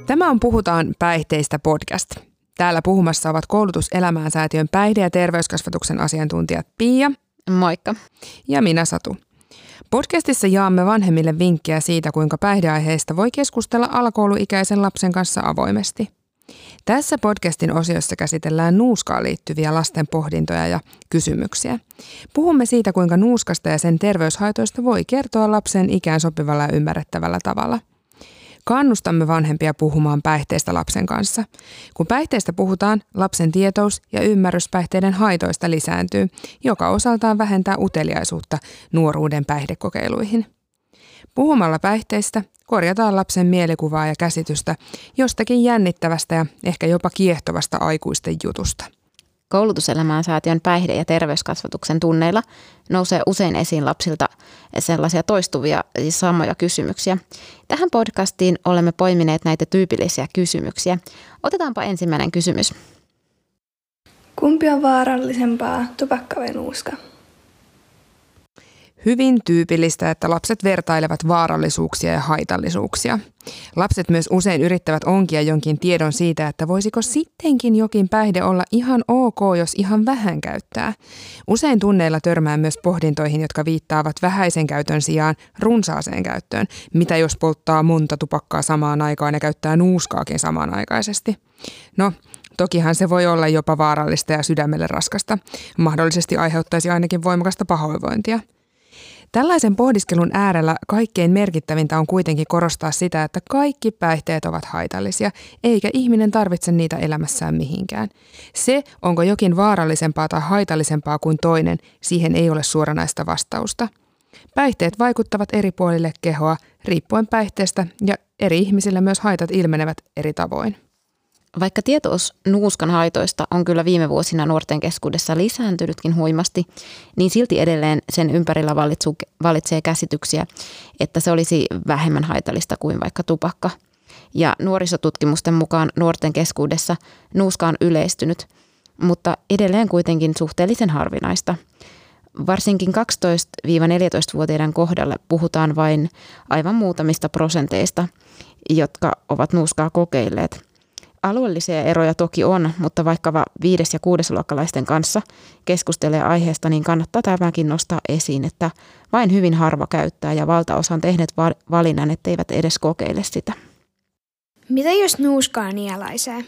Tämä on Puhutaan päihteistä podcast. Täällä puhumassa ovat Koulutuselämään säätiön päihde- ja terveyskasvatuksen asiantuntijat Pia. Moikka. Ja minä Satu. Podcastissa jaamme vanhemmille vinkkejä siitä, kuinka päihdeaiheista voi keskustella alakouluikäisen lapsen kanssa avoimesti. Tässä podcastin osiossa käsitellään nuuskaan liittyviä lasten pohdintoja ja kysymyksiä. Puhumme siitä, kuinka nuuskasta ja sen terveyshaitoista voi kertoa lapsen ikään sopivalla ja ymmärrettävällä tavalla. Kannustamme vanhempia puhumaan päihteistä lapsen kanssa. Kun päihteistä puhutaan, lapsen tietous ja ymmärrys päihteiden haitoista lisääntyy, joka osaltaan vähentää uteliaisuutta nuoruuden päihdekokeiluihin. Puhumalla päihteistä korjataan lapsen mielikuvaa ja käsitystä jostakin jännittävästä ja ehkä jopa kiehtovasta aikuisten jutusta. Koulutuselämään säätiön päihde- ja terveyskasvatuksen tunneilla nousee usein esiin lapsilta sellaisia toistuvia samoja kysymyksiä. Tähän podcastiin olemme poimineet näitä tyypillisiä kysymyksiä. Otetaanpa ensimmäinen kysymys. Kumpi on vaarallisempaa, tupakka vai nuuska? Hyvin tyypillistä, että lapset vertailevat vaarallisuuksia ja haitallisuuksia. Lapset myös usein yrittävät onkia jonkin tiedon siitä, että voisiko sittenkin jokin päihde olla ihan ok, jos ihan vähän käyttää. Usein tunneilla törmää myös pohdintoihin, jotka viittaavat vähäisen käytön sijaan runsaaseen käyttöön. Mitä jos polttaa monta tupakkaa samaan aikaan ja käyttää nuuskaakin samanaikaisesti? No, tokihan se voi olla jopa vaarallista ja sydämelle raskasta. Mahdollisesti aiheuttaisi ainakin voimakasta pahoinvointia. Tällaisen pohdiskelun äärellä kaikkein merkittävintä on kuitenkin korostaa sitä, että kaikki päihteet ovat haitallisia, eikä ihminen tarvitse niitä elämässään mihinkään. Se, onko jokin vaarallisempaa tai haitallisempaa kuin toinen, siihen ei ole suoranaista vastausta. Päihteet vaikuttavat eri puolille kehoa riippuen päihteestä ja eri ihmisillä myös haitat ilmenevät eri tavoin. Vaikka tietous nuuskan haitoista on kyllä viime vuosina nuorten keskuudessa lisääntynytkin huimasti, niin silti edelleen sen ympärillä vallitsee käsityksiä, että se olisi vähemmän haitallista kuin vaikka tupakka. Ja nuorisotutkimusten mukaan nuorten keskuudessa nuuska on yleistynyt, mutta edelleen kuitenkin suhteellisen harvinaista. Varsinkin 12-14-vuotiaiden kohdalla puhutaan vain aivan muutamista prosenteista, jotka ovat nuuskaa kokeilleet. Alueellisia eroja toki on, mutta vaikka 5- ja 6-luokkalaisten kanssa keskustelee aiheesta, niin kannattaa tämäkin nostaa esiin, että vain hyvin harva käyttää ja valtaosa on tehneet valinnan, etteivät edes kokeile sitä. Mitä jos nuuskaa nielaisee?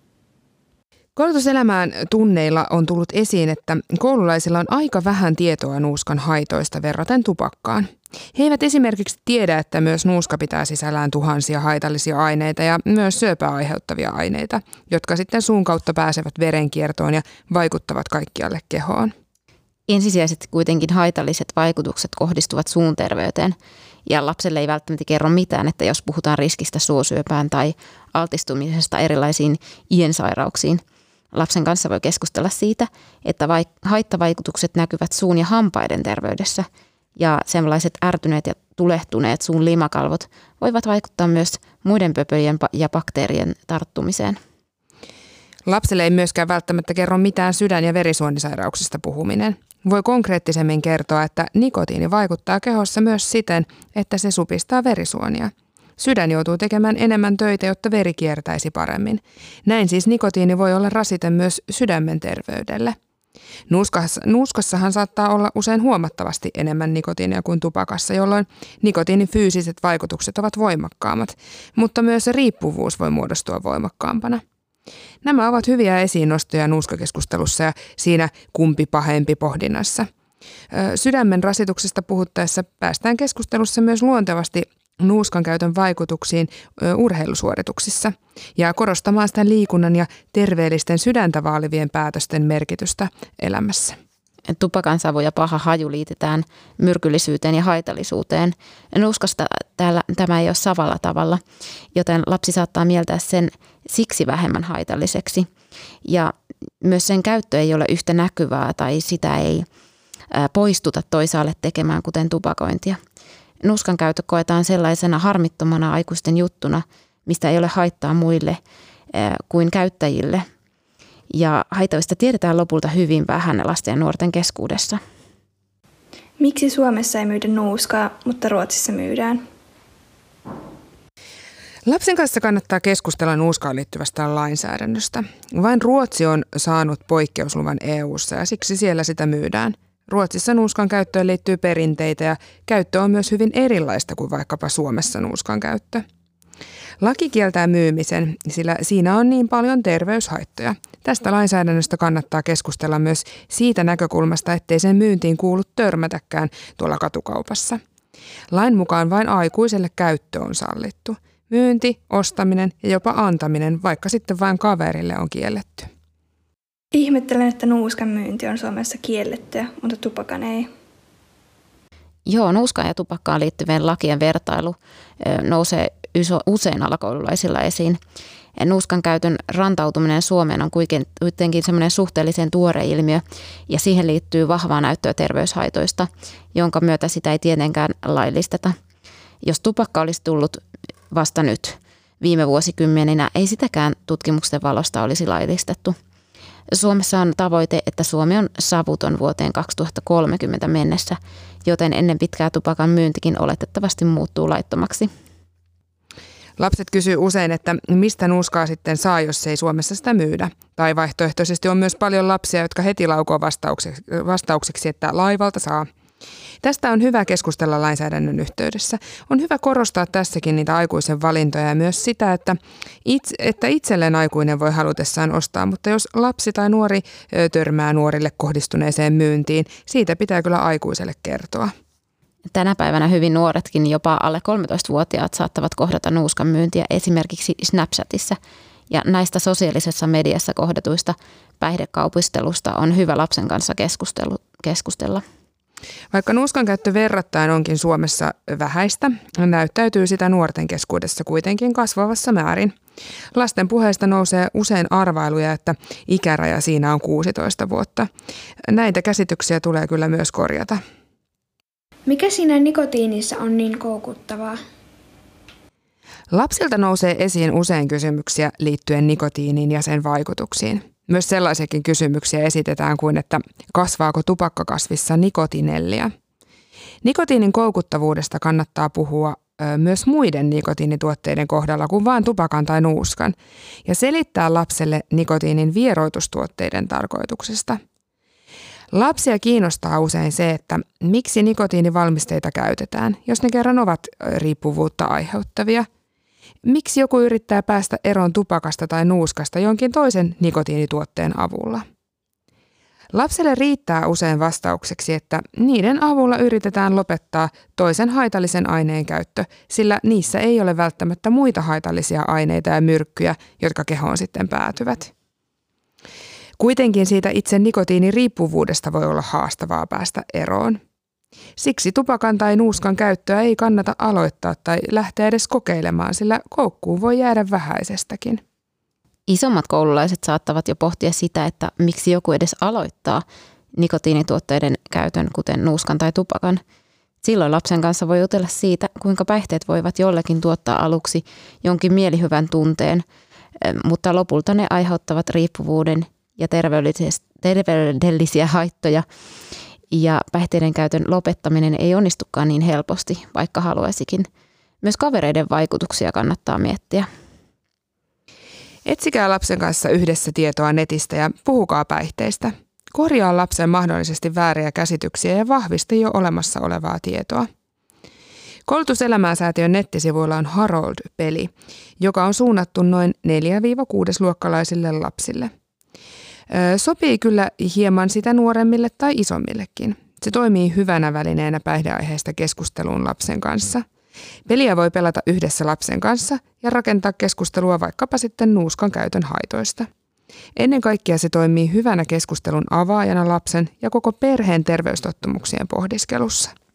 Koulutuselämään tunneilla on tullut esiin, että koululaisilla on aika vähän tietoa nuuskan haitoista verraten tupakkaan. He eivät esimerkiksi tiedä, että myös nuuska pitää sisällään tuhansia haitallisia aineita ja myös syöpää aiheuttavia aineita, jotka sitten suun kautta pääsevät verenkiertoon ja vaikuttavat kaikkialle kehoon. Ensisijaisesti kuitenkin haitalliset vaikutukset kohdistuvat suun terveyteen ja lapselle ei välttämättä kerro mitään, että jos puhutaan riskistä suosyöpään tai altistumisesta erilaisiin iensairauksiin. Lapsen kanssa voi keskustella siitä, että haittavaikutukset näkyvät suun ja hampaiden terveydessä ja sellaiset ärtyneet ja tulehtuneet suun limakalvot voivat vaikuttaa myös muiden pöpöjen ja bakteerien tarttumiseen. Lapselle ei myöskään välttämättä kerro mitään sydän- ja verisuonisairauksista puhuminen. Voi konkreettisemmin kertoa, että nikotiini vaikuttaa kehossa myös siten, että se supistaa verisuonia. Sydän joutuu tekemään enemmän töitä, jotta veri kiertäisi paremmin. Näin siis nikotiini voi olla rasite myös sydämen terveydelle. Nuuskassahan saattaa olla usein huomattavasti enemmän nikotiinia kuin tupakassa, jolloin nikotiinin fyysiset vaikutukset ovat voimakkaammat, mutta myös riippuvuus voi muodostua voimakkaampana. Nämä ovat hyviä esiinnostoja nuuskakeskustelussa ja siinä kumpi pahempi pohdinnassa. Sydämen rasituksesta puhuttaessa päästään keskustelussa myös luontevasti nuuskan käytön vaikutuksiin urheilusuorituksissa ja korostamaan sitä liikunnan ja terveellisten sydäntä vaalivien päätösten merkitystä elämässä. Tupakan savu ja paha haju liitetään myrkyllisyyteen ja haitallisuuteen. Nuuskasta tämä ei ole samalla tavalla, joten lapsi saattaa mieltää sen siksi vähemmän haitalliseksi. Ja myös sen käyttö ei ole yhtä näkyvää tai sitä ei poistuta toisaalle tekemään, kuten tupakointia. Nuuskan käyttö koetaan sellaisena harmittomana aikuisten juttuna, mistä ei ole haittaa muille kuin käyttäjille. Ja haitoista tiedetään lopulta hyvin vähän lasten ja nuorten keskuudessa. Miksi Suomessa ei myydä nuuskaa, mutta Ruotsissa myydään? Lapsen kanssa kannattaa keskustella nuuskaan liittyvästä lainsäädännöstä. Vain Ruotsi on saanut poikkeusluvan EU:ssa ja siksi siellä sitä myydään. Ruotsissa nuuskan käyttöön liittyy perinteitä ja käyttö on myös hyvin erilaista kuin vaikkapa Suomessa nuuskan käyttö. Laki kieltää myymisen, sillä siinä on niin paljon terveyshaittoja. Tästä lainsäädännöstä kannattaa keskustella myös siitä näkökulmasta, ettei sen myyntiin kuulu törmätäkään tuolla katukaupassa. Lain mukaan vain aikuiselle käyttö on sallittu. Myynti, ostaminen ja jopa antaminen, vaikka sitten vain kaverille, on kielletty. Ihmettelen, että nuuskan myynti on Suomessa kiellettyä, mutta tupakan ei. Joo, nuuskaan ja tupakkaan liittyvien lakien vertailu nousee usein alakoululaisilla esiin. Nuuskan käytön rantautuminen Suomeen on kuitenkin semmoinen suhteellisen tuore ilmiö ja siihen liittyy vahvaa näyttöä terveyshaitoista, jonka myötä sitä ei tietenkään laillisteta. Jos tupakka olisi tullut vasta nyt viime vuosikymmeninä, ei sitäkään tutkimusten valosta olisi laillistettu. Suomessa on tavoite, että Suomi on savuton vuoteen 2030 mennessä, joten ennen pitkää tupakan myyntikin oletettavasti muuttuu laittomaksi. Lapset kysyy usein, että mistä nuuskaa sitten saa, jos ei Suomessa sitä myydä. Tai vaihtoehtoisesti on myös paljon lapsia, jotka heti laukoo vastaukseksi, että laivalta saa. Tästä on hyvä keskustella lainsäädännön yhteydessä. On hyvä korostaa tässäkin niitä aikuisen valintoja ja myös sitä, että itselleen aikuinen voi halutessaan ostaa, mutta jos lapsi tai nuori törmää nuorille kohdistuneeseen myyntiin, siitä pitää kyllä aikuiselle kertoa. Tänä päivänä hyvin nuoretkin, jopa alle 13-vuotiaat saattavat kohdata nuuskan myyntiä esimerkiksi Snapchatissa. Ja näistä sosiaalisessa mediassa kohdatuista päihdekaupistelusta on hyvä lapsen kanssa keskustella. Vaikka nuuskan käyttö verrattain onkin Suomessa vähäistä, näyttäytyy sitä nuorten keskuudessa kuitenkin kasvavassa määrin. Lasten puheesta nousee usein arvailuja, että ikäraja siinä on 16 vuotta. Näitä käsityksiä tulee kyllä myös korjata. Mikä siinä nikotiinissa on niin koukuttavaa? Lapsilta nousee esiin usein kysymyksiä liittyen nikotiiniin ja sen vaikutuksiin. Myös sellaisiakin kysymyksiä esitetään kuin, että kasvaako tupakkakasvissa nikotinellia. Nikotiinin koukuttavuudesta kannattaa puhua myös muiden nikotiinituotteiden kohdalla kuin vain tupakan tai nuuskan ja selittää lapselle nikotiinin vieroitustuotteiden tarkoituksesta. Lapsia kiinnostaa usein se, että miksi nikotiinivalmisteita käytetään, jos ne kerran ovat riippuvuutta aiheuttavia. Miksi joku yrittää päästä eroon tupakasta tai nuuskasta jonkin toisen nikotiinituotteen avulla? Lapselle riittää usein vastaukseksi, että niiden avulla yritetään lopettaa toisen haitallisen aineen käyttö, sillä niissä ei ole välttämättä muita haitallisia aineita ja myrkkyjä, jotka kehoon sitten päätyvät. Kuitenkin siitä itse nikotiiniriippuvuudesta voi olla haastavaa päästä eroon. Siksi tupakan tai nuuskan käyttöä ei kannata aloittaa tai lähteä edes kokeilemaan, sillä koukkuun voi jäädä vähäisestäkin. Isommat koululaiset saattavat jo pohtia sitä, että miksi joku edes aloittaa nikotiinituotteiden käytön, kuten nuuskan tai tupakan. Silloin lapsen kanssa voi jutella siitä, kuinka päihteet voivat jollekin tuottaa aluksi jonkin mielihyvän tunteen, mutta lopulta ne aiheuttavat riippuvuuden ja terveydellisiä haittoja. Ja päihteiden käytön lopettaminen ei onnistukaan niin helposti, vaikka haluaisikin. Myös kavereiden vaikutuksia kannattaa miettiä. Etsikää lapsen kanssa yhdessä tietoa netistä ja puhukaa päihteistä. Korjaa lapsen mahdollisesti vääriä käsityksiä ja vahvista jo olemassa olevaa tietoa. Koulutuselämää-säätiön nettisivuilla on Harold-peli, joka on suunnattu noin 4-6-luokkalaisille lapsille. Sopii kyllä hieman sitä nuoremmille tai isommillekin. Se toimii hyvänä välineenä päihdeaiheesta keskusteluun lapsen kanssa. Peliä voi pelata yhdessä lapsen kanssa ja rakentaa keskustelua vaikkapa sitten nuuskan käytön haitoista. Ennen kaikkea se toimii hyvänä keskustelun avaajana lapsen ja koko perheen terveystottumuksien pohdiskelussa.